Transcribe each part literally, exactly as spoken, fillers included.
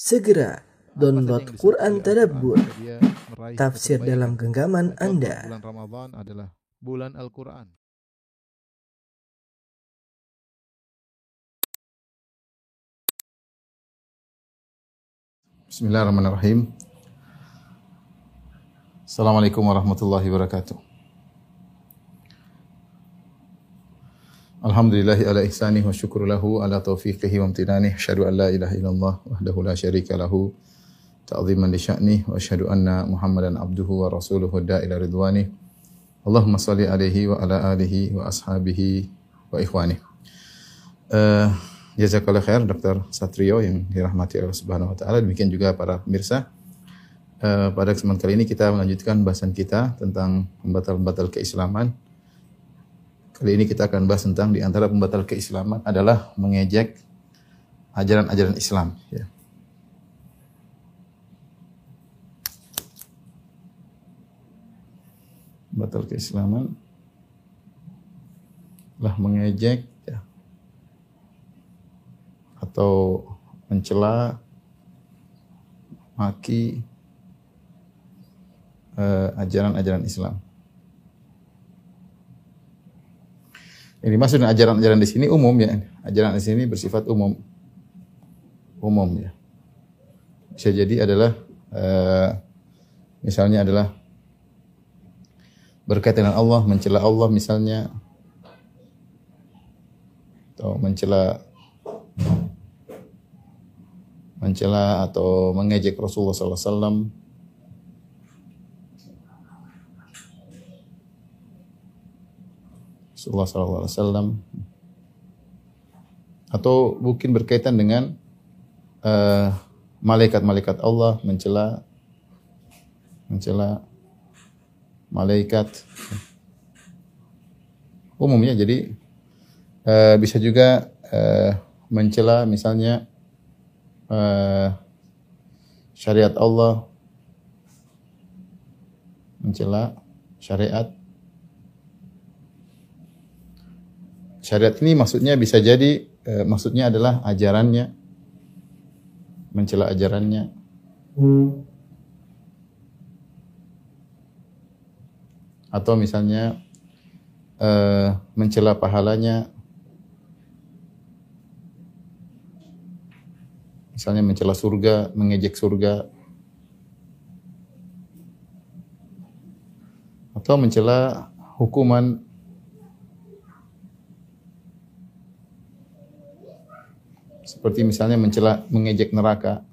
Segera download Quran Tadabbur, Dia meraih tafsir kebaikan. dalam genggaman Contoh, Anda. Bulan Ramadan adalah bulan Al-Quran. Bismillahirrahmanirrahim. Assalamualaikum warahmatullahi wabarakatuh. Alhamdulillahi ala ihsanih wa syukru lahu ala taufiqihi wa amtinanih. Asyhadu an la ilaha illallah wahdahu la syarika lahu ta'ziman li sya'nih wa asyhadu anna Muhammadan abduhu wa rasuluhu da'ila ridwanih. Allahumma shalli alaihi wa ala alihi wa ashabihi wa ikhwanih. Uh, Jazakallah khair Doktor Satrio yang dirahmati Allah Subhanahu wa taala. Demikian juga para pemirsa. Uh, pada kesempatan kali ini kita melanjutkan bahasan kita tentang pembatal-pembatal keislaman. Kali ini kita akan bahas tentang di antara pembatal keislaman adalah mengejek ajaran-ajaran Islam. Ya. Pembatal keislaman adalah mengejek ya, atau mencela, maki uh, ajaran-ajaran Islam. Ini maksud ajaran-ajaran di sini umum ya. Ajaran di sini bersifat umum. Umum ya. Bisa jadi adalah uh, misalnya adalah berkaitan dengan Allah, mencela Allah misalnya, atau mencela mencela atau mengejek Rasulullah sallallahu alaihi wasallam. Rasulullah sallallahu alaihi wasallam, atau mungkin berkaitan dengan uh, malaikat-malaikat Allah, mencela mencela malaikat umumnya. Jadi uh, bisa juga uh, mencela misalnya uh, syariat Allah, mencela syariat. Syariat ini maksudnya bisa jadi uh, maksudnya adalah ajarannya, mencela ajarannya. Hmm. Atau misalnya uh, mencela pahalanya, misalnya mencela surga, mengejek surga, atau mencela hukuman, seperti misalnya mencela, mengejek neraka.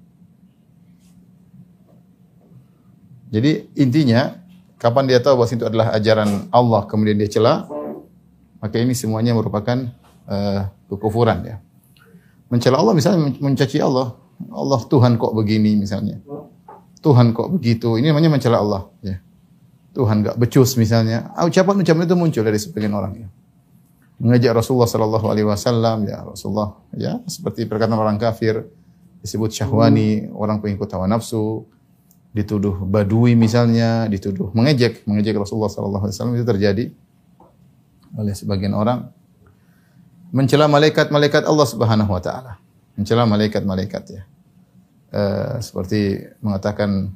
Jadi intinya, kapan dia tahu bahwa itu adalah ajaran Allah kemudian dia cela, maka ini semuanya merupakan uh, kekufuran ya. Mencela Allah misalnya mencaci Allah. Allah Tuhan kok begini misalnya. Tuhan kok begitu. Ini namanya mencela Allah ya. Tuhan enggak becus misalnya. Ucapan-ucapan itu muncul dari sebagian orang ya. Mengajak Rasulullah sallallahu alaihi wasallam ya, Rasulullah ya, seperti perkataan orang kafir disebut syahwani, orang pengikut hawa nafsu, dituduh badui misalnya, dituduh mengejek, mengejek Rasulullah sallallahu alaihi wasallam, itu terjadi oleh sebagian orang. Mencela malaikat-malaikat Allah Subhanahu wa taala. Mencela malaikat-malaikat ya. Uh, seperti mengatakan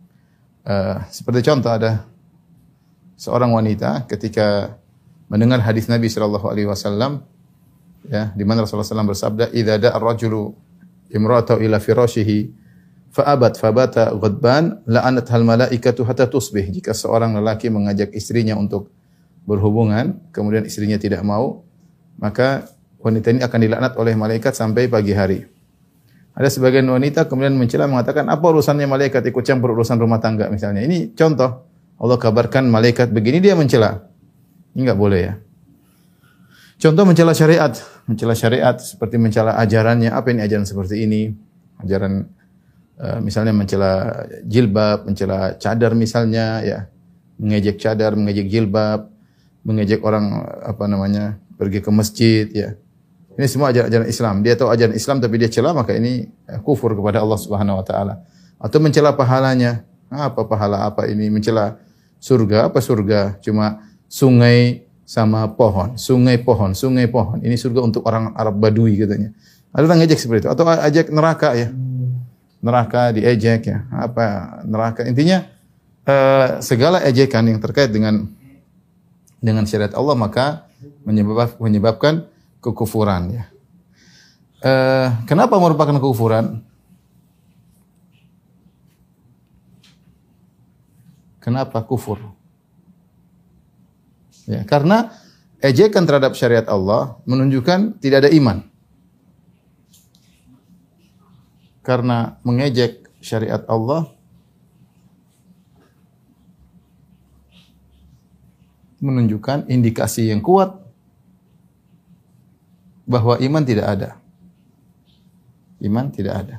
uh, seperti contoh ada seorang wanita ketika mendengar hadis Nabi sallallahu alaihi wasallam ya, di mana Rasulullah sallallahu alaihi wasallam bersabda, "Idza da'a ar-rajulu imra'atahu ila firashihi fa'abat fabata ghadban la'anat hal malaikatu hatta tusbih." Jika seorang lelaki mengajak istrinya untuk berhubungan, kemudian istrinya tidak mau, maka wanita ini akan dilaknat oleh malaikat sampai pagi hari. Ada sebagian wanita kemudian mencela, mengatakan, apa urusannya malaikat ikut campur urusan rumah tangga misalnya. Ini contoh, Allah kabarkan malaikat begini, dia mencela. Ini enggak boleh ya. Contoh mencela syariat, mencela syariat seperti mencela ajarannya. Apa ini ajaran seperti ini? Ajaran Uh, misalnya mencela jilbab, mencela cadar misalnya ya, mengejek cadar, mengejek jilbab, mengejek orang apa namanya pergi ke masjid ya. Ini semua ajaran-ajaran Islam. Dia tahu ajaran Islam tapi dia cela, maka ini uh, kufur kepada Allah Subhanahu wa taala. Atau mencela pahalanya. Apa pahala apa ini? Mencela surga, apa surga? Cuma sungai sama pohon, sungai pohon, sungai pohon. Ini surga untuk orang Arab Badui katanya. Ada orang ngejek seperti itu. Atau ajak neraka ya. neraka diejek ya, apa neraka intinya uh, segala ejekan yang terkait dengan dengan syariat Allah maka menyebab, menyebabkan kekufuran ya. Uh, kenapa merupakan kekufuran? Kenapa kufur? Ya, karena ejekan terhadap syariat Allah menunjukkan tidak ada iman. Karena mengejek syariat Allah menunjukkan indikasi yang kuat bahwa iman tidak ada. Iman tidak ada.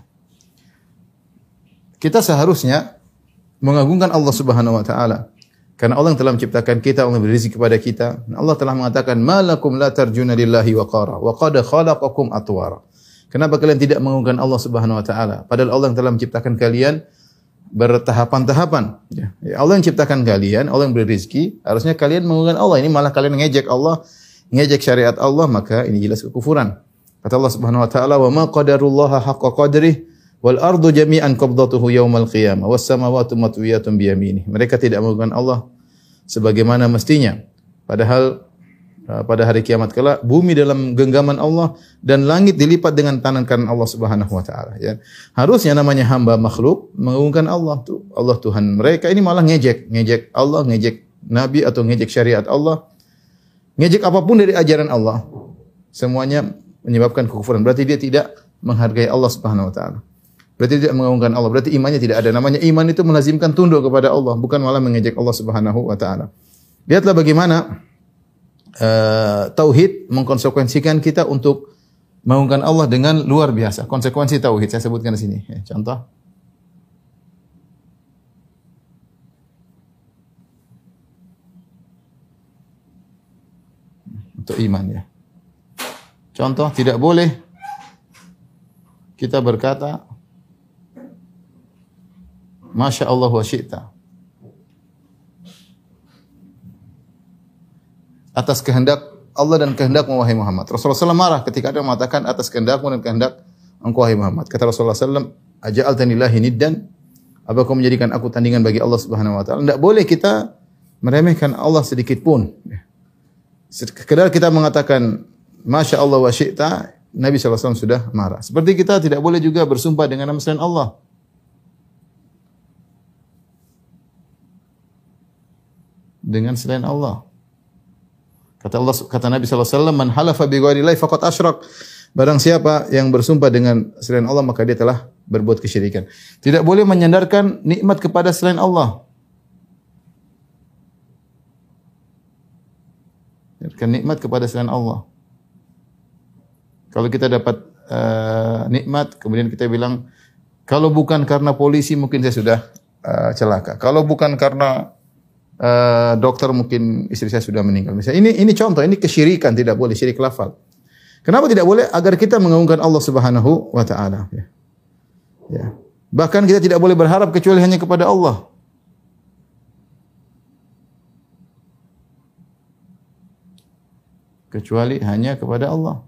Kita seharusnya mengagungkan Allah Subhanahu wa taala. Karena Allah yang telah menciptakan kita, Allah beri rezeki kepada kita. Allah telah mengatakan, "Malakum la tarjuna lillahi waqara wa qad khalaqakum atwara." Kenapa kalian tidak mengagungkan Allah Subhanahu wa taala? Padahal Allah yang telah menciptakan kalian bertahapan-tahapan. Ya. Allah yang menciptakan kalian, Allah yang beri rezeki, harusnya kalian mengagungkan Allah. Ini malah kalian ngejek Allah, ngejek syariat Allah, maka ini jelas kekufuran. Kata Allah Subhanahu wa taala, "Wa ma qadarullaha haqqa qadrihi wal ardu jami'an qabdatuhu yaumal qiyamah was samawati matwiyatun bi yaminih." Mereka tidak mengagungkan Allah sebagaimana mestinya. Padahal uh, pada hari kiamat kelak bumi dalam genggaman Allah dan langit dilipat dengan tangan kanan Allah Subhanahu wa taala ya. Harusnya namanya hamba makhluk mengagungkan Allah tuh. Allah Tuhan mereka ini malah ngejek, ngejek Allah, ngejek nabi atau ngejek syariat Allah. Ngejek apapun dari ajaran Allah. Semuanya menyebabkan kekufuran. Berarti dia tidak menghargai Allah Subhanahu wa taala. Berarti tidak mengagungkan Allah. Berarti imannya tidak ada. Namanya iman itu melazimkan tunduk kepada Allah, bukan malah mengejek Allah Subhanahu wa taala. Lihatlah bagaimana uh, tauhid mengkonsekuensikan kita untuk mengagungkan Allah dengan luar biasa. Konsekuensi tauhid saya sebutkan di sini. Ya, contoh. Untuk iman ya. Contoh, tidak boleh kita berkata Masya Allah wa syi'ta atas kehendak Allah dan kehendakmu wahai Muhammad. Rasulullah shallallahu alaihi wasallam marah ketika ada yang mengatakan atas kehendakmu dan kehendak engkau wahai Muhammad. Kata Rasulullah shallallahu alaihi wasallam, aja'altani lillahi niddan? Apa kau menjadikan aku tandingan bagi Allah Subhanahu wa taala? Tidak boleh kita meremehkan Allah sedikit pun. Sekedar kita mengatakan Masya Allah wa syi'ta, Nabi shallallahu alaihi wasallam sudah marah. Seperti kita tidak boleh juga bersumpah dengan nama selain Allah. Dengan selain Allah. Kata Allah, kata Nabi shallallahu alaihi wasallam, "Man halafa bi ghairillahi faqad asyrak." Barang siapa yang bersumpah dengan selain Allah maka dia telah berbuat kesyirikan. Tidak boleh menyandarkan nikmat kepada selain Allah. Menyandarkan nikmat kepada selain Allah. Kalau kita dapat uh, nikmat, kemudian kita bilang, kalau bukan karena polisi mungkin saya sudah uh, celaka. Kalau bukan karena uh, dokter mungkin istri saya sudah meninggal. Misalnya ini ini contoh, ini kesyirikan, tidak boleh syirik lafal. Kenapa tidak boleh? Agar kita mengagungkan Allah Subhanahu wa taala. Ya. Ya. Bahkan kita tidak boleh berharap kecuali hanya kepada Allah. Kecuali hanya kepada Allah.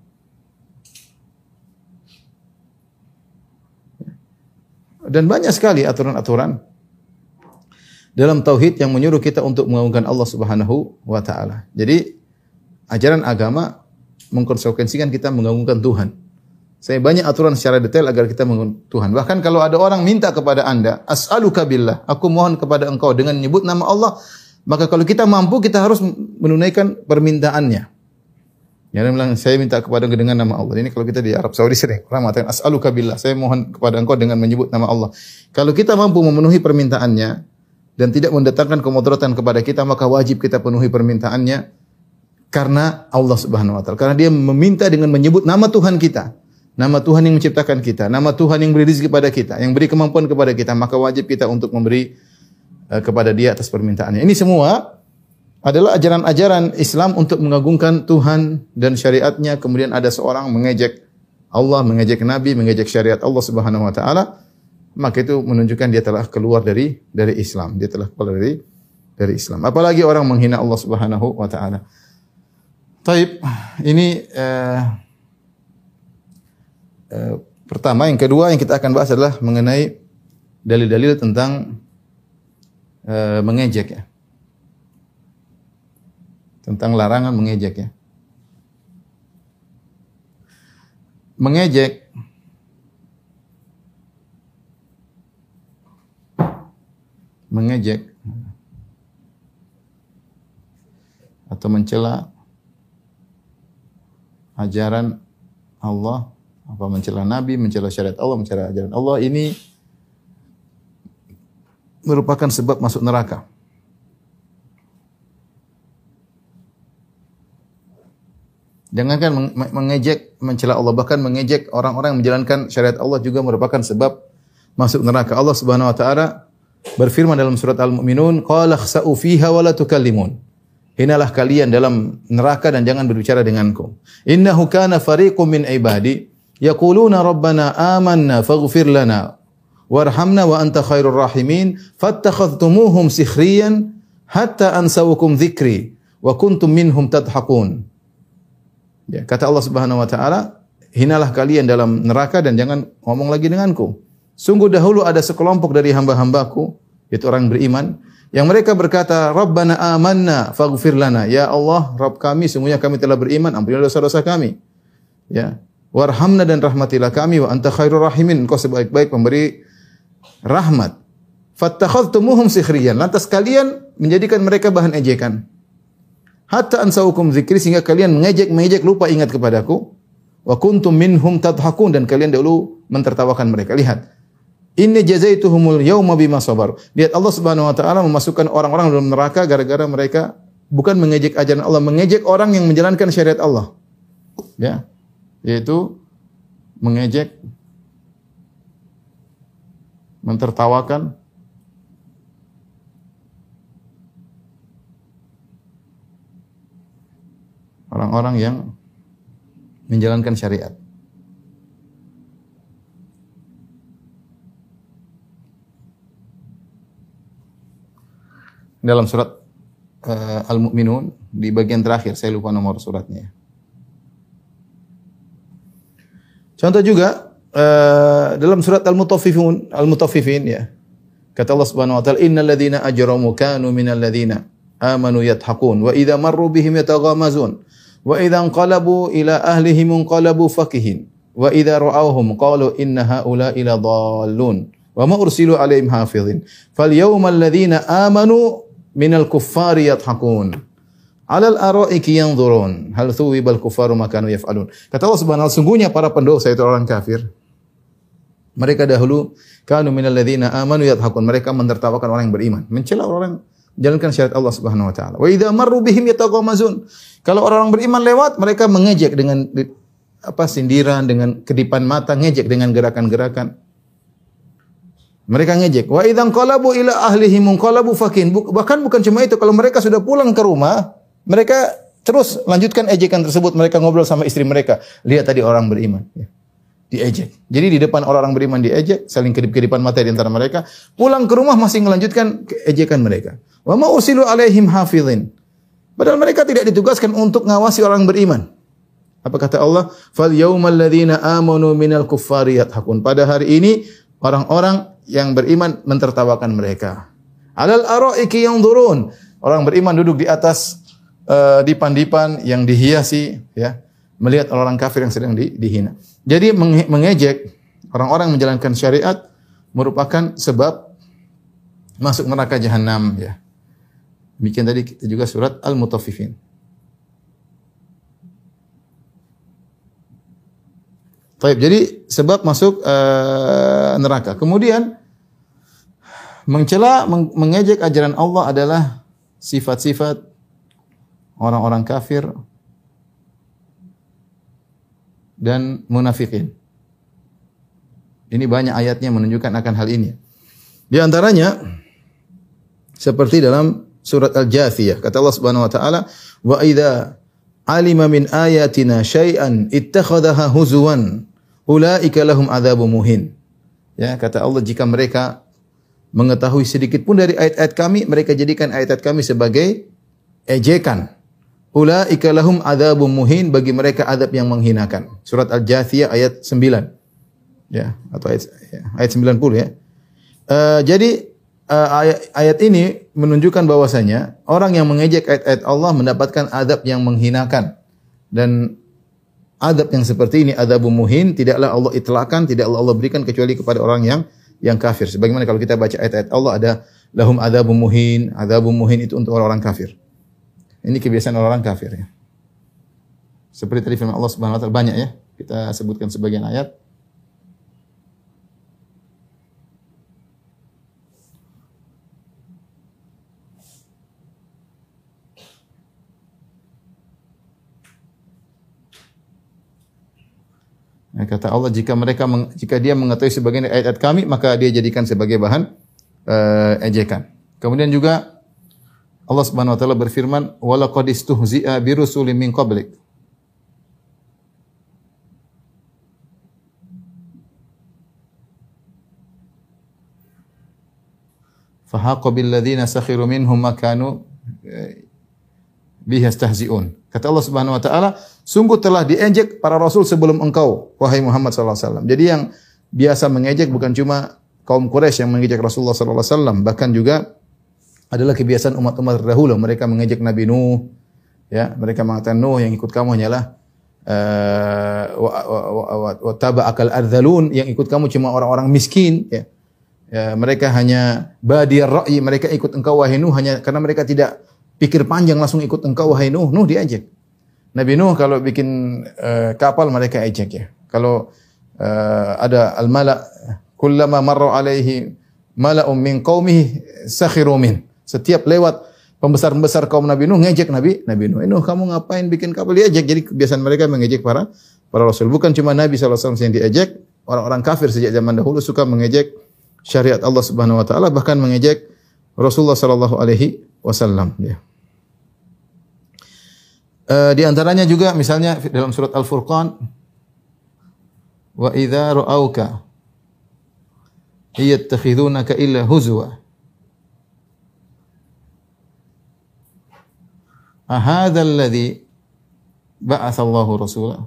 Dan banyak sekali aturan-aturan dalam tauhid yang menyuruh kita untuk mengagungkan Allah Subhanahu wa taala. Jadi ajaran agama mengkonsekuensikan kita mengagungkan Tuhan. Saya banyak aturan secara detail agar kita mengagungkan Tuhan. Bahkan kalau ada orang minta kepada Anda, as'aluka billah, aku mohon kepada engkau dengan menyebut nama Allah, maka kalau kita mampu kita harus menunaikan permintaannya. Yang bilang saya minta kepada engkau dengan nama Allah. Ini kalau kita di Arab Saudi sering orang mengatakan as'aluka billah, saya mohon kepada engkau dengan menyebut nama Allah. Kalau kita mampu memenuhi permintaannya dan tidak mendatangkan kemudaratan kepada kita, maka wajib kita penuhi permintaannya karena Allah Subhanahu wa taala. Karena dia meminta dengan menyebut nama Tuhan kita. Nama Tuhan yang menciptakan kita, nama Tuhan yang beri rezeki kepada kita, yang beri kemampuan kepada kita, maka wajib kita untuk memberi uh, kepada dia atas permintaannya. Ini semua adalah ajaran-ajaran Islam untuk mengagungkan Tuhan dan syariatnya. Kemudian ada seorang mengejek Allah, mengejek Nabi, mengejek syariat Allah Subhanahu wa taala, maka itu menunjukkan dia telah keluar dari dari Islam. Dia telah keluar dari dari Islam. Apalagi orang menghina Allah Subhanahu wa taala. Taib, ini uh, uh, pertama, yang kedua yang kita akan bahas adalah mengenai dalil-dalil tentang uh, mengejek ya. Tentang larangan mengejek ya. Mengejek mengejek atau mencela ajaran Allah, apa mencela Nabi, mencela syariat Allah, mencela ajaran Allah, ini merupakan sebab masuk neraka. Jangankan mengejek, mencela Allah, bahkan mengejek orang-orang yang menjalankan syariat Allah juga merupakan sebab masuk neraka. Allah Subhanahu wa taala berfirman dalam surat Al-Mu'minun, "Qala khsa'u fiha wa la tukallimun." Hinalah kalian dalam neraka dan jangan berbicara denganku. Innahu kana fariqum min ibadi yaquluna rabbana amanna faghfir lana warhamna wa anta khairur rahimin fattakhadhtumuhum sikhriyan hatta ansawukum dzikri wa kuntum minhum tadhakun. Ya, kata Allah Subhanahu wa taala, hinalah kalian dalam neraka dan jangan ngomong lagi denganku. Sungguh dahulu ada sekelompok dari hamba-hambaku, yaitu orang beriman, yang mereka berkata, Rabbana amanna faghfir lana. Ya Allah, Rabb kami, sungguhnya kami telah beriman, ampunilah dosa-dosa kami. Ya. Warhamna dan rahmatilah kami, wa anta khairur rahimin. Engkau sebaik-baik pemberi rahmat. Fattakhadhtumuhum sikhriyan. Lantas kalian menjadikan mereka bahan ejekan. Hatta ansaukum dzikri, sehingga kalian mengejek-mengejek, lupa ingat kepadaku. Wa kuntum minhum tadhakun, dan kalian dahulu mentertawakan mereka. Lihat. Inni jazaituhumul yauma bima sabar. Lihat, Allah Subhanahu wa taala memasukkan orang-orang dalam neraka gara-gara mereka bukan mengejek ajaran Allah, mengejek orang yang menjalankan syariat Allah. Ya. Yaitu mengejek, mentertawakan orang-orang yang menjalankan syariat. Dalam surat uh, Al-Mu'minun di bagian terakhir, saya lupa nomor suratnya. Contoh juga uh, dalam surat Al-Mutaffifun, Al-Mutaffifin ya. Kata Allah Subhanahu wa taala, "Innal ladzina ajramu kanu minal ladzina amanu yadhakun wa idza marru bihim yataghamazun wa idza anqalabu ila ahlihim anqalabu fakihin wa idza ra'awhum qalu inna haula'i ladallun wa ma ursilu 'alaihim hafizin fal yawmal ladzina amanu minal kuffari yadhakun alal araiki yanzurun hal thuwibal kuffaru ma kanu yaf'alun." Kata Allah Subhanahu wa taala, sungguhnya para pendosa itu orang kafir, mereka dahulu kanu minal ladzina amanu yadhakun, mereka mentertawakan orang yang beriman, mencela orang jalankan syariat Allah Subhanahu wa taala. Wa idza marru bihim yataghamazun, kalau orang beriman lewat, mereka mengejek dengan apa sindiran, dengan kedipan mata, ngejek dengan gerakan-gerakan. Mereka ngejek. Wa idzan qalabu ila ahlihim qalabu fakin. Bahkan bukan cuma itu, kalau mereka sudah pulang ke rumah, mereka terus lanjutkan ejekan tersebut. Mereka ngobrol sama istri mereka. Lihat tadi orang beriman. Ya. Diejek. Jadi di depan orang beriman diejek, saling kedip-kedipan mata di antara mereka. Pulang ke rumah masih melanjutkan ejekan mereka. Wa ma ursilu alaihim hafizin. Padahal mereka tidak ditugaskan untuk ngawasi orang beriman. Apa kata Allah? Fal yaumal ladzina amanu minal kuffari yadhakun. Pada hari ini orang-orang yang beriman mentertawakan mereka. Alal araiki yanzurun. Orang beriman duduk di atas uh, dipan-dipan yang dihiasi, ya, melihat orang kafir yang sedang di, dihina. Jadi menge mengejek orang-orang menjalankan syariat merupakan sebab masuk neraka jahanam, ya. Demikian tadi kita juga surat Al-Mutaffifin. Baik, jadi sebab masuk uh, neraka. Kemudian mencela, meng mengejek ajaran Allah adalah sifat-sifat orang-orang kafir dan munafikin. Ini banyak ayatnya menunjukkan akan hal ini. Di antaranya seperti dalam surat Al-Jathiyah, kata Allah Subhanahu wa taala, "Wa idza alima min ayatina syai'an ittakhadhaha huzwan ulaika lahum adzabun muhin." Ya, kata Allah, jika mereka mengetahui sedikit pun dari ayat-ayat kami, mereka jadikan ayat-ayat kami sebagai ejekan. Ulaika lahum adzabun muhin, bagi mereka azab yang menghinakan. Surat Al-Jathiyah ayat sembilan. Ya, atau ayat, ya, ayat sembilan puluh ya. Uh, jadi uh, ayat, ayat ini menunjukkan bahwasanya orang yang mengejek ayat-ayat Allah mendapatkan adab yang menghinakan. Dan adab yang seperti ini, adabun muhin, tidaklah Allah itlaqkan, tidaklah Allah berikan kecuali kepada orang yang yang kafir. Sebagaimana kalau kita baca ayat-ayat Allah ada lahum adabun muhin, adabun muhin itu untuk orang-orang kafir. Ini kebiasaan orang-orang kafir ya. Seperti tadi firman Allah Subhanahu wa taala banyak ya. Kita sebutkan sebagian ayat. Ya, kata Allah, jika mereka jika dia mengetahui sebagian ayat-ayat kami, maka dia jadikan sebagai bahan uh, ejekan. Kemudian juga Allah Subhanahu wa taala berfirman, "Wa laqad istuhzi'a bi rusulin min qablik." Fahaqa bil ladzina sakhiru minhum ma kanu bihi yastahzi'un. Kata Allah Subhanahu wa taala, sungguh telah diejek para rasul sebelum engkau, wahai Muhammad sallallahu alaihi wasallam. Jadi yang biasa mengejek bukan cuma kaum Quraisy yang mengejek Rasulullah sallallahu alaihi wasallam, bahkan juga adalah kebiasaan umat-umat terdahulu. Mereka mengejek Nabi Nuh, ya, mereka mengatakan Nuh yang ikut kamu hanyalah uh, wa, wa, wa, wa taba'akal adzalun, yang ikut kamu cuma orang-orang miskin, ya. Ya, mereka hanya badiyar ra'yi, mereka ikut engkau wahai Nuh hanya karena mereka tidak pikir panjang langsung ikut engkau wahai Nuh. Nuh diejek. Nabi Nuh kalau bikin uh, kapal mereka ejek ya. Kalau uh, ada al-mala kullama marra alaihi mala'un min qaumihi sakhiru min. Setiap lewat pembesar-pembesar kaum Nabi Nuh ngejek Nabi Nabi Nuh. Eh, Nuh kamu ngapain bikin kapal? Diejek. Jadi kebiasaan mereka mengejek para para rasul. Bukan cuma Nabi sallallahu alaihi wasallam yang diejek, orang-orang kafir sejak zaman dahulu suka mengejek syariat Allah Subhanahu wa taala, bahkan mengejek Rasulullah sallallahu alaihi wasallam ya. Uh, di antaranya juga misalnya dalam surat Al-Furqan, wa idza ra'auka yattakhidunaka illa huzwa ahadha alladhi ba'atha Allahu rasulahu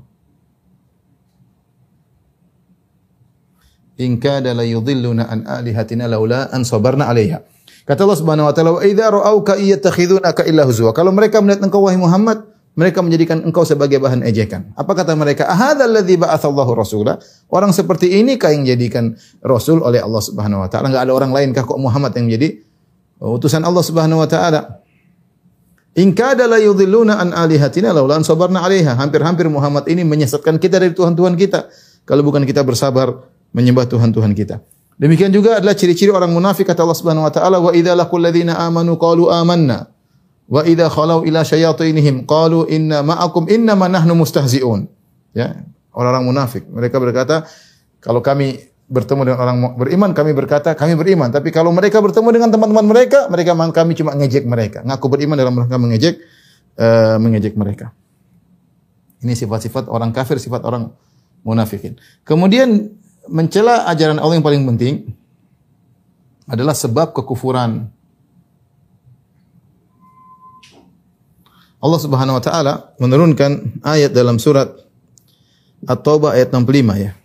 in kada la yudhilluna an alihatina laula an sabarna 'alaiha. Kata Allah Subhanahu wa taala, wa idza ra'auka yattakhidunaka illa huzwa. Kalau mereka melihat engkau wahai Muhammad, mereka menjadikan engkau sebagai bahan ejekan. Apa kata mereka? Ahadzal ladzi ba'atsallahu rasula? Orang seperti ini kah yang jadikan rasul oleh Allah Subhanahu wa taala? Enggak ada orang lain kah kok Muhammad yang menjadi utusan Allah Subhanahu wa taala? In kada la yudhilluna an alihatina laula an sabarna 'alaiha. Hampir-hampir Muhammad ini menyesatkan kita dari Tuhan-Tuhan kita kalau bukan kita bersabar menyembah Tuhan-Tuhan kita. Demikian juga adalah ciri-ciri orang munafik kata Allah Subhanahu wa taala, wa idza laqul ladzina amanu qalu amanna wa idza khalau ila syayatinihim qalu inna ma'akum innama nahnu mustahzi'un. Ya, orang-orang munafik mereka berkata, kalau kami bertemu dengan orang beriman kami berkata kami beriman, tapi kalau mereka bertemu dengan teman-teman mereka, mereka kami cuma ngejek mereka. Ngaku beriman dalam rangka mengejek uh, mengejek mereka. Ini sifat-sifat orang kafir, sifat orang munafikin. Kemudian mencela ajaran Allah yang paling penting adalah sebab kekufuran. Allah Subhanahu wa taala menurunkan ayat dalam surat At-Taubah ayat enam puluh lima ya.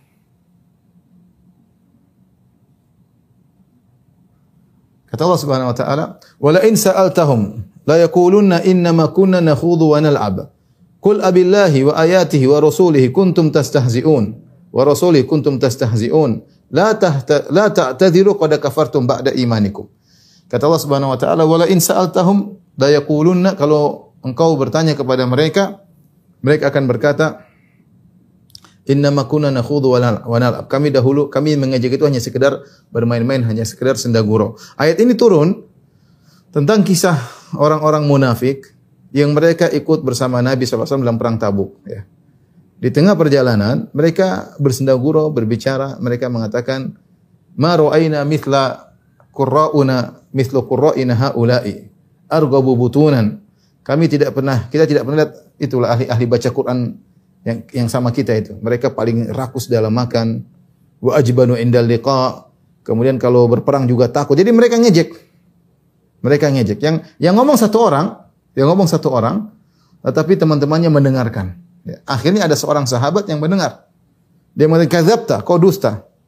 Kata Allah Subhanahu wa taala, "Wa la in sa'altahum la yaqulunna innama kunna nakhudhu wa nal'ab. Qul abillahi wa ayatihi wa rasulihi kuntum tastahzi'un." Wa rasuli kuntum tastahzi'un la tahta la ta'tadiru qad kafartum ba'da imanikum. Kata Allah Subhanahu wa taala, wala in sa'altahum la yaqulunna, kalau engkau bertanya kepada mereka, mereka akan berkata, innama kunna nakhudhu wa nal'ab. Kami dahulu kami mengejek itu hanya sekedar bermain-main, hanya sekedar senda gurau. Ayat ini turun tentang kisah orang-orang munafik yang mereka ikut bersama Nabi sallallahu alaihi wasallam dalam perang Tabuk ya. Di tengah perjalanan, mereka bersenda gurau, berbicara, mereka mengatakan, "Ma ra'ayna mithla qurra'una mithlu qurra'ina haula'i arghabu butunan." Kami tidak pernah, kita tidak pernah lihat itulah ahli-ahli baca Quran yang yang sama kita itu. Mereka paling rakus dalam makan, wa ajbanu indal liqa. Kemudian kalau berperang juga takut. Jadi mereka ngejek. Mereka ngejek. Yang yang ngomong satu orang, yang ngomong satu orang, tetapi teman-temannya mendengarkan. Ya, akhirnya ada seorang sahabat yang mendengar. Dia mengatakan, "Kadzabta, kau dusta."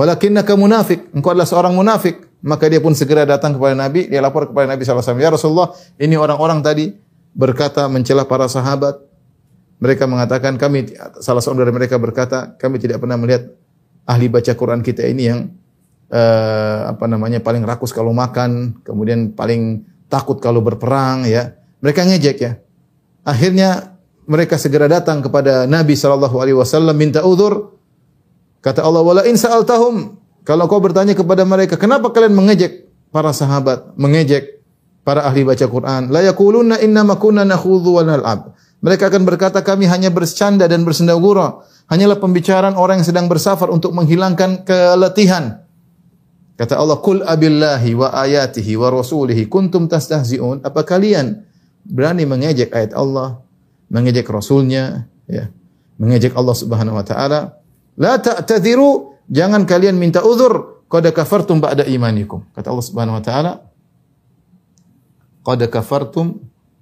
Walakinnaka munafik, engkau adalah seorang munafik. Maka dia pun segera datang kepada Nabi, dia lapor kepada Nabi sallallahu alaihi wasallam, "Ya Rasulullah, ini orang-orang tadi berkata mencela para sahabat. Mereka mengatakan kami salah seorang dari mereka berkata, kami tidak pernah melihat ahli baca Quran kita ini yang uh, apa namanya paling rakus kalau makan, kemudian paling takut kalau berperang ya." Mereka ngejek ya. Akhirnya mereka segera datang kepada Nabi sallallahu alaihi wasallam minta uzur. Kata Allah, "Wala in sa'altahum," kalau kau bertanya kepada mereka, kenapa kalian mengejek para sahabat, mengejek para ahli baca Quran? La yaquluna inna ma kunna nakhudhu wa nal'ab. Mereka akan berkata, kami hanya bercanda dan bersenda-gurau. Hanyalah pembicaraan orang yang sedang bersafar untuk menghilangkan keletihan. Kata Allah, "Qul abillahi wa ayatihi wa rasulihi kuntum tastahzi'un." Apa kalian berani mengejek ayat Allah, mengejek Rasulnya, ya, mengejek Allah Subhanahu wa taala? La ta'tadhiru, jangan kalian minta uzur, qad kafartum ba'da imanikum. Kata Allah Subhanahu wa taala, qad kafartum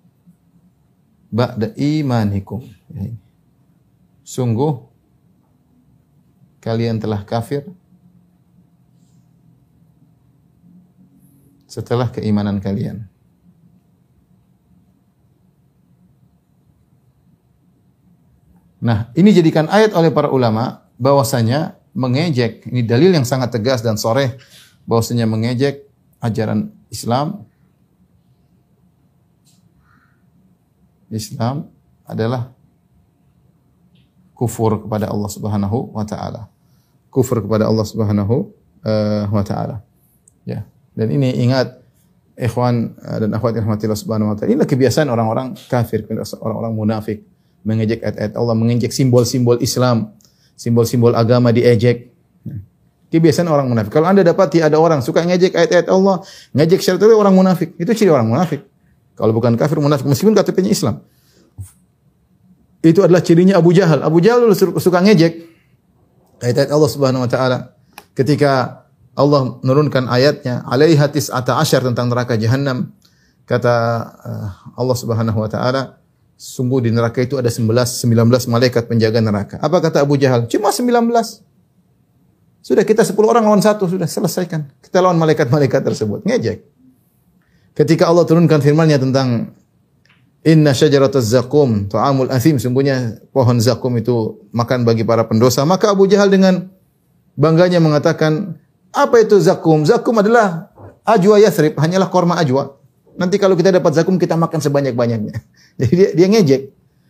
ba'da imanikum. Sungguh kalian telah kafir setelah keimanan kalian. Nah, ini jadikan ayat oleh para ulama bahwasanya mengejek, ini dalil yang sangat tegas dan sharih bahwasanya mengejek ajaran Islam Islam adalah kufur kepada Allah Subhanahu wa taala. Kufur kepada Allah Subhanahu uh, wa taala. Ya. Dan ini ingat ikhwan dan akhwat yang rahmatillah Subhanahu wa taala. Inilah kebiasaan orang-orang kafir, orang-orang munafik, mengejek ayat-ayat Allah, mengejek simbol-simbol Islam, simbol-simbol agama diejek. Kebiasaan orang munafik. Kalau Anda dapati ada orang suka ngejek ayat-ayat Allah, ngejek syariat Allah, orang munafik. Itu ciri orang munafik. Kalau bukan kafir, munafik, meskipun K T P-nya Islam. Itu adalah cirinya Abu Jahal. Abu Jahal suka ngejek ayat-ayat Allah Subhanahu wa taala. Ketika Allah menurunkan ayatnya, "Alaiha tis'ata asyar," tentang neraka Jahannam, kata Allah Subhanahu wa taala, sungguh di neraka itu ada sembilan belas malaikat penjaga neraka. Apa kata Abu Jahal? Cuma sembilan belas. Sudah, kita sepuluh orang lawan satu, sudah selesaikan. Kita lawan malaikat-malaikat tersebut. Ngejek. Ketika Allah turunkan firman-Nya tentang inna syajarataz zakum ta'amul athim, sungguhnya pohon zakum itu makan bagi para pendosa, maka Abu Jahal dengan bangganya mengatakan, apa itu zakum? Zakum adalah ajwa Yathrib, hanyalah korma ajwa. Nanti kalau kita dapat zakum, kita makan sebanyak-banyaknya. Jadi dia, dia ngejek.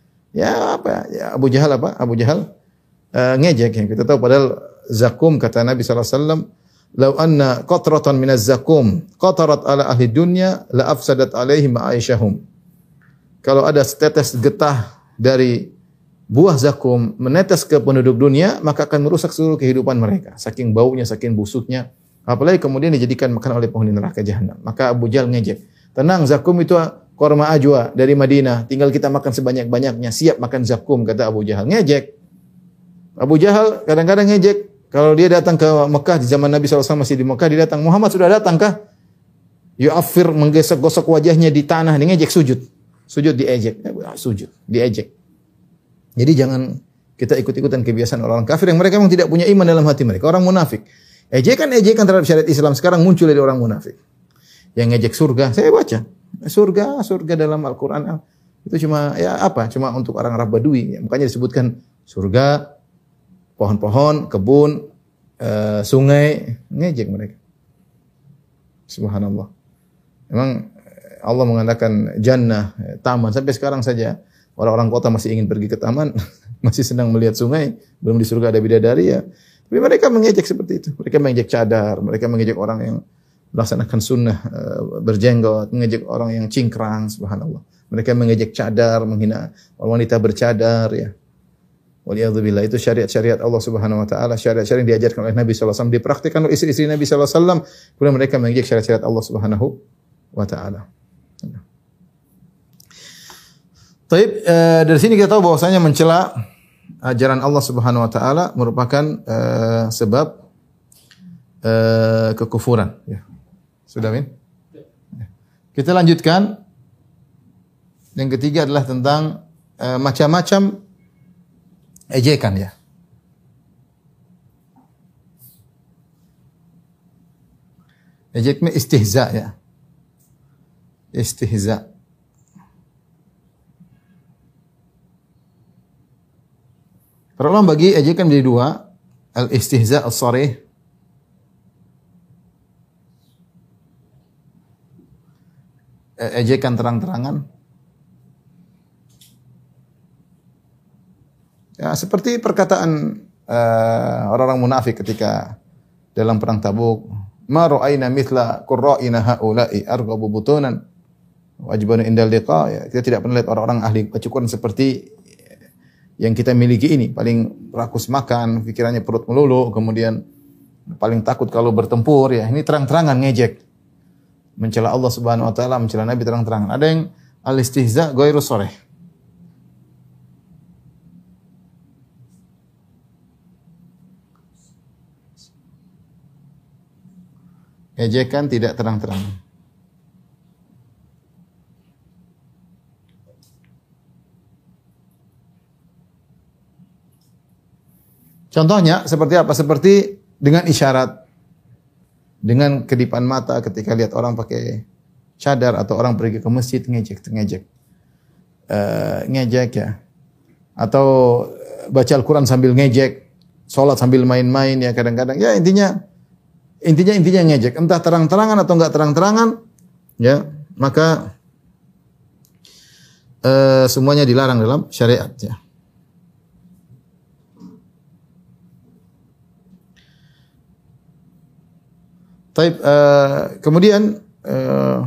Ya apa? Ya Abu Jahal apa? Abu Jahal uh, ngejek. Ya. Kita tahu padahal zakum, kata Nabi sallallahu alaihi wasallam, "Lau anna qatratan minaz zakum qatarat ala ahli dunya la afsadat alaihim ma'aisyahum." Kalau ada setetes getah dari buah zakum menetes ke penduduk dunia, maka akan merusak seluruh kehidupan mereka. Saking baunya, saking busuknya. Apalagi kemudian dijadikan makan oleh penghuni neraka Jahannam. Maka Abu Jahal ngejek. Tenang, zakum itu korma ajwa dari Madinah. Tinggal kita makan sebanyak-banyaknya. Siap makan zakum, kata Abu Jahal. Ngejek. Abu Jahal kadang-kadang ngejek. Kalau dia datang ke Mekah di zaman Nabi sallallahu alaihi wasallam masih di Mekah, dia datang, "Muhammad sudah datang kah?" Yu'affir, menggesek-gosok wajahnya di tanah, dia ngejek sujud. Sujud diejek, sujud diejek. Jadi jangan kita ikut-ikutan kebiasaan orang kafir yang mereka memang tidak punya iman dalam hati mereka, orang munafik. Ejekan-ejekan terhadap syariat Islam sekarang muncul dari orang munafik. Yang ngejek surga, saya baca. Surga, surga dalam Al-Qur'an itu cuma ya apa? Cuma untuk orang Arab Badui. Makanya disebutkan surga, pohon-pohon, kebun, uh, sungai, ngejek mereka. Subhanallah. Memang Allah mengatakan jannah, taman. Sampai sekarang saja orang-orang kota masih ingin pergi ke taman, masih senang melihat sungai, belum di surga ada bidadari ya. Tapi mereka mengejek seperti itu. Mereka mengejek cadar, mereka mengejek orang yang melaksanakan sunnah, uh, berjenggot, mengejek orang yang cingkrang, subhanallah. Mereka mengejek cadar, menghina wanita bercadar ya. Waliyadzubillah, itu syariat-syariat Allah Subhanahu wa taala, syariat-syariat yang diajarkan oleh Nabi sallallahu alaihi wasallam, dipraktikkan oleh istri-istri Nabi sallallahu alaihi wasallam, kemudian mereka mengejek syariat-syariat Allah Subhanahu wa taala. Baik, eh, dari sini kita tahu bahwasanya mencela ajaran Allah Subhanahu wa taala merupakan eh, sebab eh, kekufuran ya. Sudah, Min? Kita lanjutkan. Yang ketiga adalah tentang eh, macam-macam ejekan ya. Ejek ini istihza ya. Istihza. Para ulama bagi ejekan menjadi dua, al-istihza as-sarih, ejekan terang-terangan. Ya, seperti perkataan uh, orang-orang munafik ketika dalam perang Tabuk, "Ma ra'ayna mithla qurra'ina haula'i arghabu butunan wajibun indal liqa." Ya, kita tidak pernah lihat orang-orang ahli kecukupan seperti yang kita miliki ini, paling rakus makan, pikirannya perut melulu, kemudian paling takut kalau bertempur ya. Ini terang-terangan ngejek. Mencela Allah Subhanahu wa taala, mencela Nabi terang-terangan. Ada yang al-istihza ghairu sharih. Ejekan tidak terang-terangan. Contohnya seperti apa? Seperti dengan isyarat, dengan kedipan mata ketika lihat orang pakai cadar atau orang pergi ke masjid ngejek, ngejek, uh, ngejek ya. Atau baca Al-Quran sambil ngejek, sholat sambil main-main ya kadang-kadang. Ya intinya, intinya intinya ngejek. Entah terang-terangan atau enggak terang-terangan, ya maka uh, semuanya dilarang dalam syariat ya. Taib, uh, kemudian uh,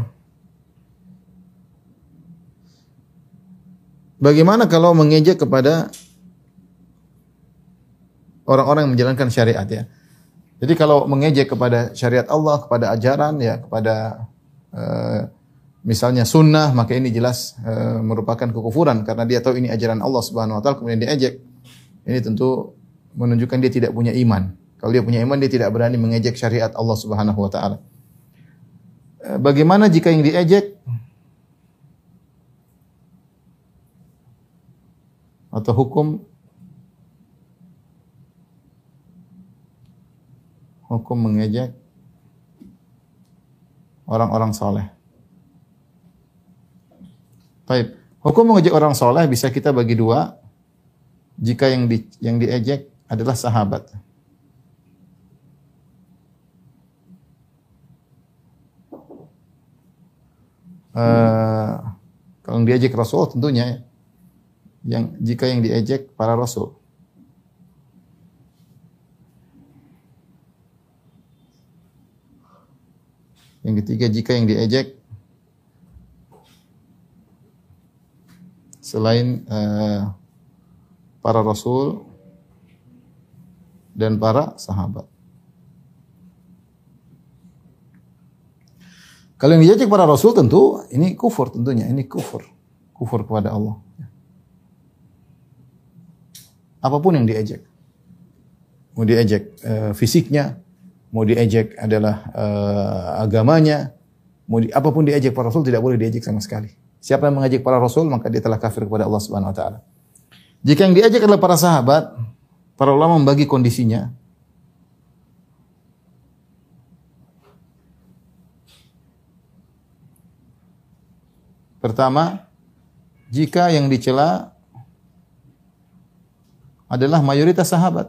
bagaimana kalau mengejek kepada orang-orang yang menjalankan syariat ya? Jadi kalau mengejek kepada syariat Allah, kepada ajaran ya, kepada uh, misalnya sunnah, maka ini jelas uh, merupakan kekufuran karena dia tahu ini ajaran Allah Subhanahu wa taala kemudian diejek. Ini tentu menunjukkan dia tidak punya iman. Kalau dia punya iman, dia tidak berani mengejek syariat Allah Subhanahu wa taala. Bagaimana jika yang diejek atau hukum hukum mengejek orang-orang saleh? Baik, hukum mengejek orang saleh bisa kita bagi dua. Jika yang di, yang diejek adalah sahabat. Uh, kalau yang diejek Rasul tentunya yang jika yang diejek para Rasul. Yang ketiga jika yang diejek selain uh, para Rasul dan para sahabat. Kalau yang diejek para Rasul tentu ini kufur tentunya, ini kufur. Kufur kepada Allah. Apapun yang diejek. Mau diejek uh, fisiknya, mau diejek adalah uh, agamanya, mau di, apapun diejek para Rasul tidak boleh diejek sama sekali. Siapa yang mengejek para Rasul maka dia telah kafir kepada Allah Subhanahu wa taala. Jika yang diejek adalah para sahabat, para ulama membagi kondisinya. Pertama, jika yang dicela adalah mayoritas sahabat.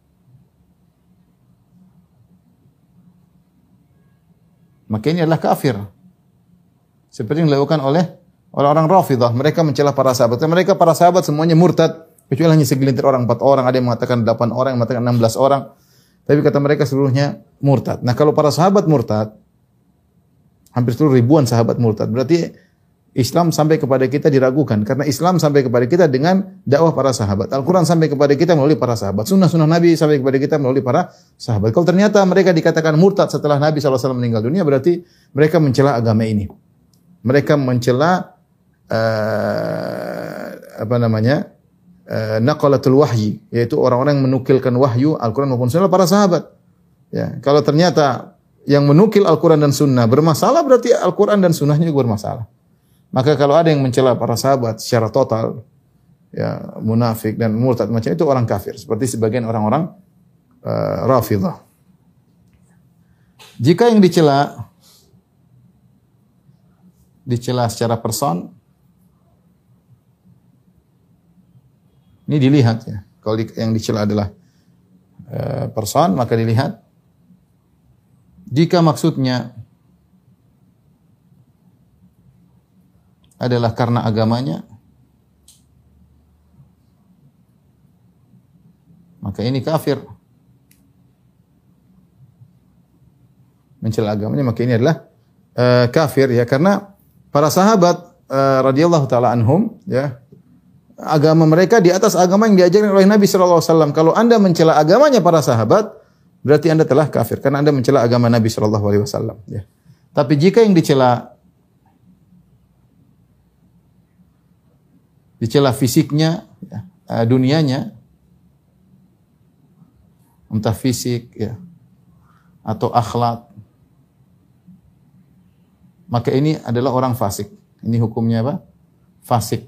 Maka ini adalah kafir. Seperti yang dilakukan oleh orang-orang Rafidhah. Mereka mencela para sahabat. Mereka para sahabat semuanya murtad. Kecuali hanya segelintir orang, empat orang. Ada yang mengatakan delapan orang, yang mengatakan enam belas orang. Tapi kata mereka seluruhnya murtad. Nah kalau para sahabat murtad, hampir seluruh ribuan sahabat murtad. Berarti Islam sampai kepada kita diragukan. Karena Islam sampai kepada kita dengan dakwah para sahabat. Al-Quran sampai kepada kita melalui para sahabat. Sunnah-sunnah Nabi sampai kepada kita melalui para sahabat. Kalau ternyata mereka dikatakan murtad setelah Nabi shallallahu alaihi wasallam meninggal dunia, berarti mereka mencela agama ini. Mereka mencela uh, apa namanya uh, naqalatul wahyi, yaitu orang-orang yang menukilkan wahyu Al-Quran maupun Sunnah para sahabat. Ya, kalau ternyata yang menukil Al-Quran dan Sunnah bermasalah, berarti Al-Quran dan Sunnahnya juga bermasalah. Maka kalau ada yang mencela para sahabat secara total, ya munafik dan murtad macam itu orang kafir, seperti sebagian orang-orang uh, Rafidhah. Jika yang dicela dicela secara person, ini dilihat ya. Kalau di, yang dicela adalah uh, person, maka dilihat. Jika maksudnya adalah karena agamanya, maka ini kafir. Mencela agamanya, maka ini adalah uh, kafir ya, karena para sahabat uh, radhiyallahu taala anhum ya, agama mereka di atas agama yang diajarkan oleh Nabi sallallahu alaihi wasallam. Kalau Anda mencela agamanya para sahabat, berarti Anda telah kafir karena Anda mencela agama Nabi sallallahu alaihi wasallam ya. Tapi jika yang dicela dicela fisiknya ya, uh, dunianya, entah fisik ya atau akhlak, maka ini adalah orang fasik. Ini hukumnya apa? Fasik.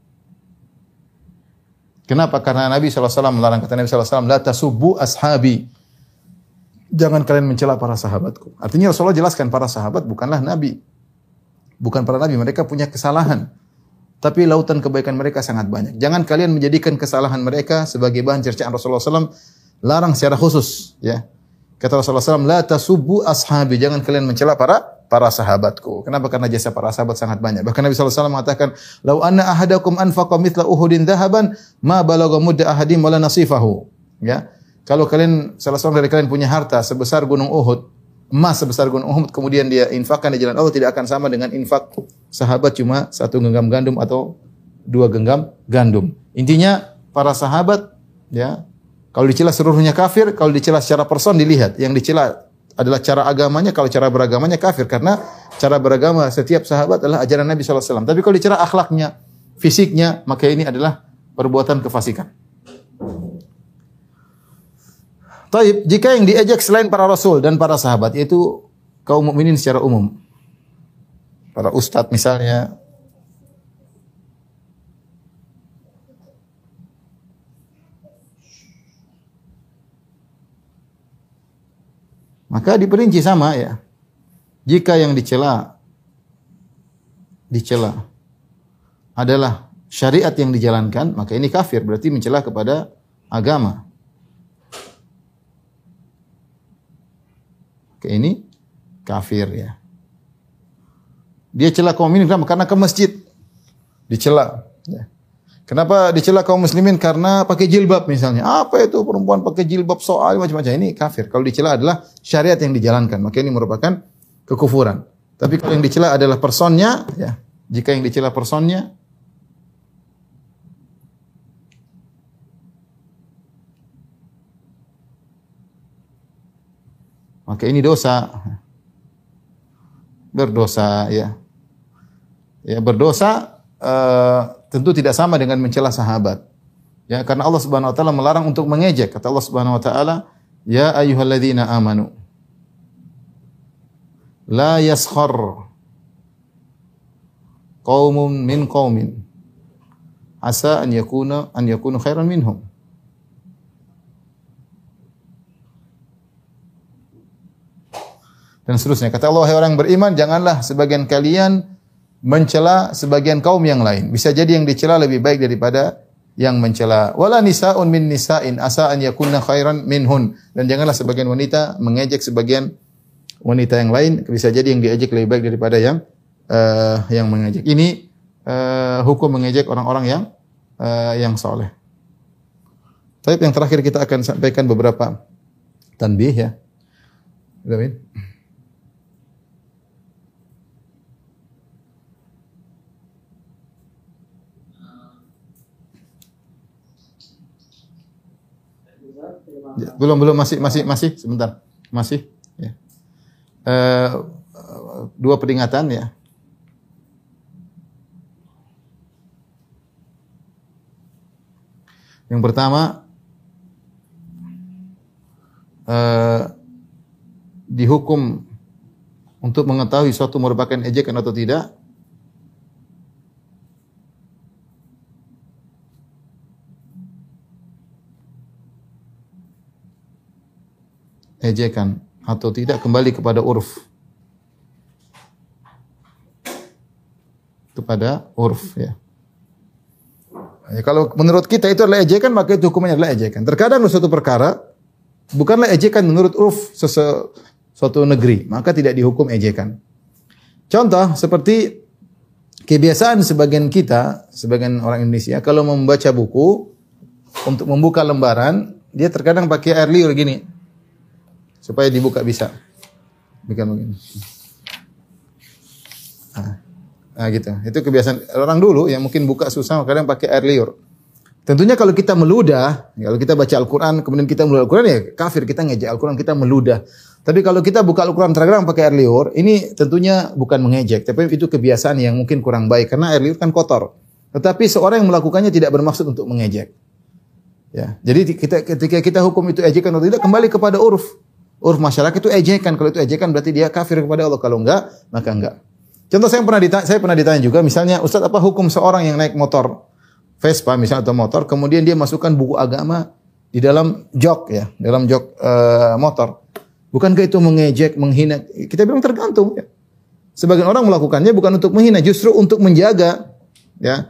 Kenapa? Karena Nabi shallallahu alaihi wasallam melarang. Kata Nabi shallallahu alaihi wasallam, la tasubbu ashabi. Jangan kalian mencela para sahabatku. Artinya Rasulullah jelaskan para sahabat bukanlah Nabi. Bukan para Nabi. Mereka punya kesalahan. Tapi lautan kebaikan mereka sangat banyak. Jangan kalian menjadikan kesalahan mereka sebagai bahan cercaan Rasulullah shallallahu alaihi wasallam. Larang secara khusus. Ya. Kata Rasulullah shallallahu alaihi wasallam, la tasubbu ashabi. Jangan kalian mencela para para sahabatku. Kenapa? Karena jasa para sahabat sangat banyak. Bahkan Nabi shallallahu alaihi wasallam mengatakan, "Lau anna ahadakum anfaqa mithla Uhudin dhahaban, ma balagha mudda ahadim wala nasifahu." Ya. Kalau kalian salah seorang dari kalian punya harta sebesar gunung Uhud, emas sebesar gunung Uhud, kemudian dia infakkan di jalan Allah, tidak akan sama dengan infak sahabat cuma satu genggam gandum atau dua genggam gandum. Intinya para sahabat ya, kalau dicela seluruhnya kafir, kalau dicela secara person dilihat. Yang dicela adalah cara agamanya, kalau cara beragamanya kafir. Karena cara beragama setiap sahabat adalah ajaran Nabi shallallahu alaihi wasallam. Tapi kalau dicela akhlaknya, fisiknya, maka ini adalah perbuatan kefasikan. Taib, jika yang diejek selain para rasul dan para sahabat, yaitu kaum mukminin secara umum. Para ustadz misalnya, maka diperinci sama ya. Jika yang dicela dicela adalah syariat yang dijalankan, maka ini kafir, berarti mencela kepada agama. Oke, ini kafir ya. Dia cela kaum mukminin karena ke masjid dicela ya. Kenapa dicela kaum muslimin? Karena pakai jilbab misalnya. Apa itu perempuan pakai jilbab, soal macam-macam. Ini kafir. Kalau dicela adalah syariat yang dijalankan, maka ini merupakan kekufuran. Tapi kalau yang dicela adalah personnya, ya. Jika yang dicela personnya, maka ini dosa. Berdosa ya. Ya, berdosa uh, tentu tidak sama dengan mencela sahabat. Ya, karena Allah Subhanahu wa taala melarang untuk mengejek. Kata Allah Subhanahu wa taala, "Ya ayyuhalladzina amanu la yaskhar qaumun min qaumin asa an yakuna an yakunu khairan minhum." Dan seterusnya. Kata Allah, "Hai orang beriman, janganlah sebagian kalian mencela sebagian kaum yang lain. Bisa jadi yang dicela lebih baik daripada yang mencela. Wala nisaun min nisa'in asa an yakunna khairan minhun." Dan janganlah sebagian wanita mengejek sebagian wanita yang lain. Bisa jadi yang diejek lebih baik daripada yang uh, yang mengejek. Ini uh, hukum mengejek orang-orang yang uh, yang soleh. Tapi yang terakhir kita akan sampaikan beberapa tanbih ya. Amin. Ya, belum belum masih masih masih sebentar masih ya. Uh, dua peringatan ya. Yang pertama uh, dihukum untuk mengetahui suatu merupakan ejekan atau tidak. Ejekan atau tidak kembali kepada urf. Kepada urf ya. Ya, kalau menurut kita itu adalah ejekan, maka itu hukumnya adalah ejekan. Terkadang suatu perkara bukanlah ejekan menurut urf sese, suatu negeri, maka tidak dihukum ejekan. Contoh seperti kebiasaan sebagian kita, sebagian orang Indonesia, kalau membaca buku untuk membuka lembaran, dia terkadang pakai air liur gini supaya dibuka bisa. Bukan begini. Nah. Nah gitu. Itu kebiasaan orang dulu yang mungkin buka susah kadang pakai air liur. Tentunya kalau kita meludah, kalau kita baca Al-Qur'an kemudian kita meludah Al-Qur'an ya kafir, kita ngejek Al-Qur'an, kita meludah. Tapi kalau kita buka Al-Qur'an terkadang pakai air liur, ini tentunya bukan mengejek, tapi itu kebiasaan yang mungkin kurang baik karena air liur kan kotor. Tetapi seorang yang melakukannya tidak bermaksud untuk mengejek. Ya. Jadi kita ketika kita hukum itu ejekan atau tidak kembali kepada urf. Urf masyarakat itu ejekan, kalau itu ejekan berarti dia kafir kepada Allah, kalau enggak maka enggak. Contoh saya pernah ditanya, saya pernah ditanya juga, misalnya Ustaz apa hukum seorang yang naik motor Vespa misalnya atau motor, kemudian dia masukkan buku agama di dalam jok ya, dalam jok uh, motor. Bukankah itu mengejek, menghina? Kita bilang tergantung ya. Sebagian orang melakukannya bukan untuk menghina, justru untuk menjaga ya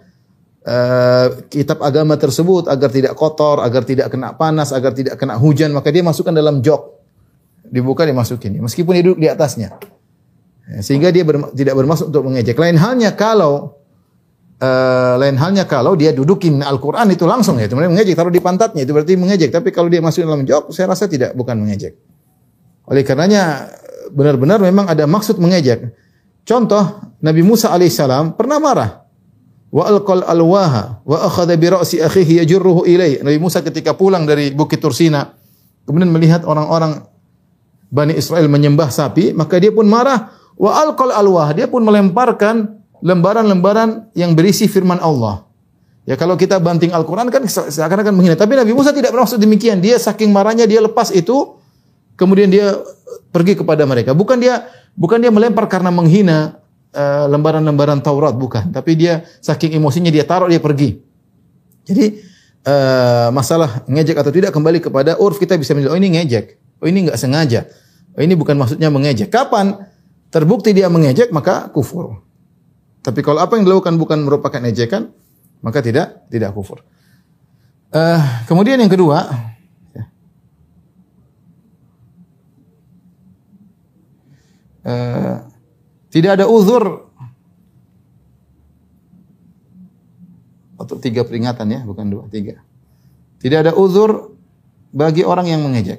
uh, kitab agama tersebut agar tidak kotor, agar tidak kena panas, agar tidak kena hujan, maka dia masukkan dalam jok. Dibuka dimasukin, meskipun dia duduk di atasnya. Ya, sehingga dia berma tidak bermaksud untuk mengejek. Lain halnya kalau uh, lain halnya kalau dia dudukin Al-Qur'an itu langsung ya, itu mengejek, taruh di pantatnya itu berarti mengejek. Tapi kalau dia masuk dalam jok, saya rasa tidak, bukan mengejek. Oleh karenanya benar-benar memang ada maksud mengejek. Contoh Nabi Musa alaihissalam pernah marah. Wa alqal alwaha wa akhadha bi ra'si akhihi yajruhu ilaihi. Nabi Musa ketika pulang dari Bukit Tursina kemudian melihat orang-orang Bani Israel menyembah sapi, maka dia pun marah. Wa alqal alwah, dia pun melemparkan lembaran-lembaran yang berisi firman Allah. Ya kalau kita banting Al-Qur'an kan seakan-akan menghina, tapi Nabi Musa tidak bermaksud demikian. Dia saking marahnya dia lepas itu, kemudian dia pergi kepada mereka. Bukan dia bukan dia melempar karena menghina lembaran-lembaran uh, Taurat, bukan. Tapi dia saking emosinya dia taruh, dia pergi. Jadi uh, masalah ngejek atau tidak kembali kepada urf, kita bisa menilai oh ini ngejek, oh ini enggak sengaja, oh ini bukan maksudnya mengejek. Kapan terbukti dia mengejek maka kufur. Tapi kalau apa yang dilakukan bukan merupakan ejekan, maka tidak tidak kufur. Uh, kemudian yang kedua, uh, tidak ada uzur atau tiga peringatan ya, bukan dua, tiga. Tidak ada uzur bagi orang yang mengejek.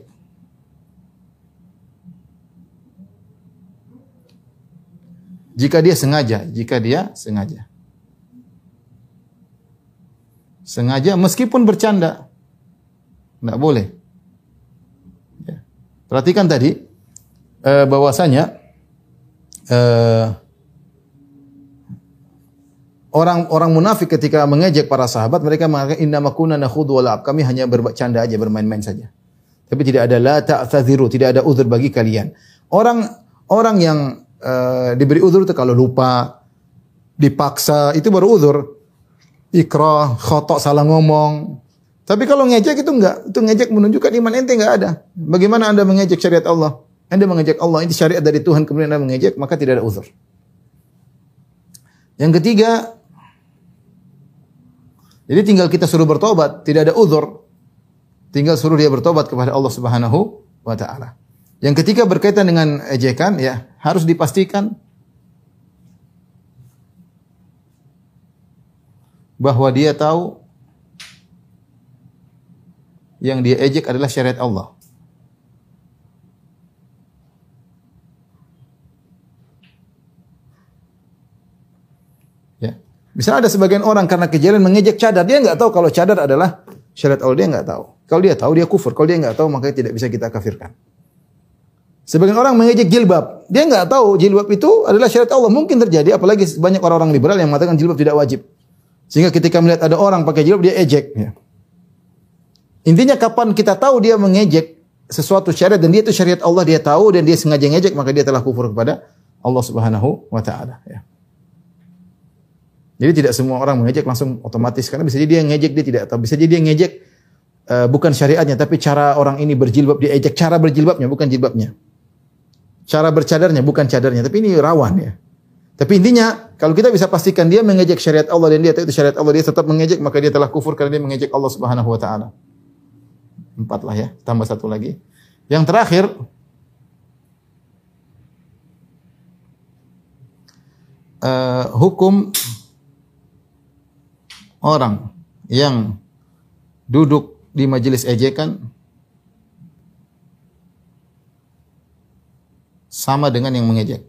Jika dia sengaja, jika dia sengaja. Sengaja meskipun bercanda. Tidak boleh. Ya. Perhatikan tadi, eh, bahwasanya eh, orang-orang munafik ketika mengejek para sahabat, mereka mengatakan innama kunna nakhudhu wa la'ab. Kami hanya bercanda aja, bermain-main saja. Tapi tidak ada la ta'tadhiru, tidak ada uzur bagi kalian. Orang orang yang Uh, diberi uzur itu kalau lupa, dipaksa, itu baru uzur. Ikrah, khotok, salah ngomong. Tapi kalau ngejek itu enggak, itu ngejek menunjukkan iman ente enggak ada. Bagaimana Anda mengejek syariat Allah? Anda mengejek Allah, ini syariat dari Tuhan, kemudian Anda mengejek, maka tidak ada uzur. Yang ketiga, jadi tinggal kita suruh bertobat, tidak ada uzur. Tinggal suruh dia bertobat kepada Allah Subhanahu wa taala. Yang ketiga berkaitan dengan ejekan, ya harus dipastikan bahwa dia tahu yang dia ejek adalah syariat Allah. Ya, misalnya ada sebagian orang karena kejahilan mengejek cadar, dia nggak tahu kalau cadar adalah syariat Allah, dia nggak tahu. Kalau dia tahu dia kufur, kalau dia nggak tahu maka tidak bisa kita kafirkan. Sebagian orang mengejek jilbab. Dia enggak tahu jilbab itu adalah syariat Allah. Mungkin terjadi, apalagi banyak orang-orang liberal yang mengatakan jilbab tidak wajib. Sehingga ketika melihat ada orang pakai jilbab, dia ejek. Ya. Intinya kapan kita tahu dia mengejek sesuatu syariat dan dia itu syariat Allah, dia tahu dan dia sengaja ngejek, maka dia telah kufur kepada Allah Subhanahu wa taala. Ya. Jadi tidak semua orang mengejek langsung otomatis, karena bisa jadi dia ngejek dia tidak tahu. Bisa jadi dia ngejek uh, bukan syariatnya, tapi cara orang ini berjilbab dia ejek cara berjilbabnya, bukan jilbabnya. cara bercadarnya, bukan cadarnya, tapi ini rawan ya. Tapi intinya, kalau kita bisa pastikan dia mengejek syariat Allah dan dia tahu itu syariat Allah, dia tetap mengejek, maka dia telah kufur karena dia mengejek Allah Subhanahu wa taala. Empat lah ya, tambah satu lagi. Yang terakhir, uh, hukum orang yang duduk di majelis ejekan sama dengan yang mengejek.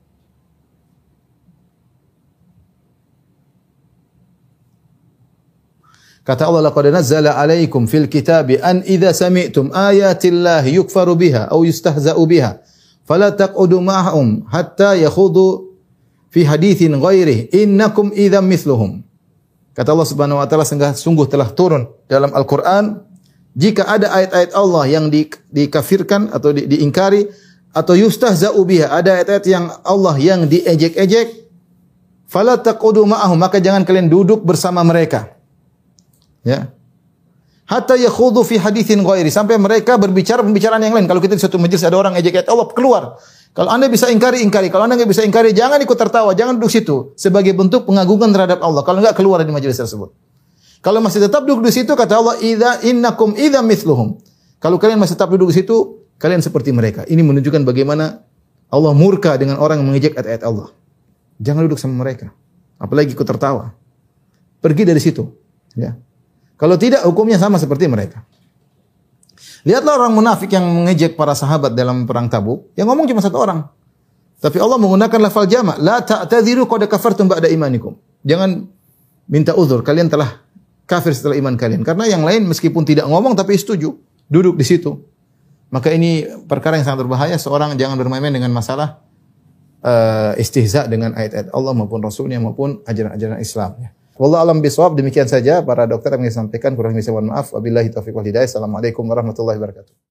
Kata Allah, laqad nazzala 'alaikum fil kitabi an idza sami'tum ayatillahi yukfaru biha aw yustahza'u biha fala taq'udu ma'ahum hatta yakhudu fi haditsin ghairihi innakum idzam mithluhum. Kata Allah Subhanahu wa taala, sungguh telah turun dalam Al-Qur'an jika ada ayat-ayat Allah yang di, dikafirkan atau di, diingkari atau yustahza'u biha, ada ayat-ayat yang Allah yang diejek-ejek, fala taq'udu ma'ahum, maka jangan kalian duduk bersama mereka. Ya. Hatta yakhudu fi haditsin ghairi, sampai mereka berbicara pembicaraan yang lain. Kalau kita di suatu majelis ada orang ejek ayat Allah, keluar. Kalau Anda bisa ingkari, ingkari. Kalau Anda enggak bisa ingkari, jangan ikut tertawa, jangan duduk situ sebagai bentuk pengagungan terhadap Allah. Kalau enggak, keluar dari majelis tersebut. Kalau masih tetap duduk di situ, kata Allah, idza innakum idza mithluhum. Kalau kalian masih tetap duduk di situ, kalian seperti mereka. Ini menunjukkan bagaimana Allah murka dengan orang yang mengejek ayat-ayat Allah. Jangan duduk sama mereka. Apalagi ikut tertawa. Pergi dari situ. Ya. Kalau tidak, hukumnya sama seperti mereka. Lihatlah orang munafik yang mengejek para sahabat dalam perang Tabuk. Yang ngomong cuma satu orang. Tapi Allah menggunakan lafal jama'. La ta'tadhiru qad kafartum ba'da imanikum. Jangan minta uzur. Kalian telah kafir setelah iman kalian. Karena yang lain meskipun tidak ngomong tapi setuju. Duduk di situ. Maka ini perkara yang sangat berbahaya. Seorang jangan bermain-main dengan masalah uh, istihza dengan ayat-ayat Allah maupun Rasulnya maupun ajaran-ajaran Islam. Ya. Wallahu a'lam bishawab. Demikian saja para dokter yang saya sampaikan, kurang lebih saya mohon maaf. Wabillahi taufiq wal hidayah. Assalamualaikum warahmatullahi wabarakatuh.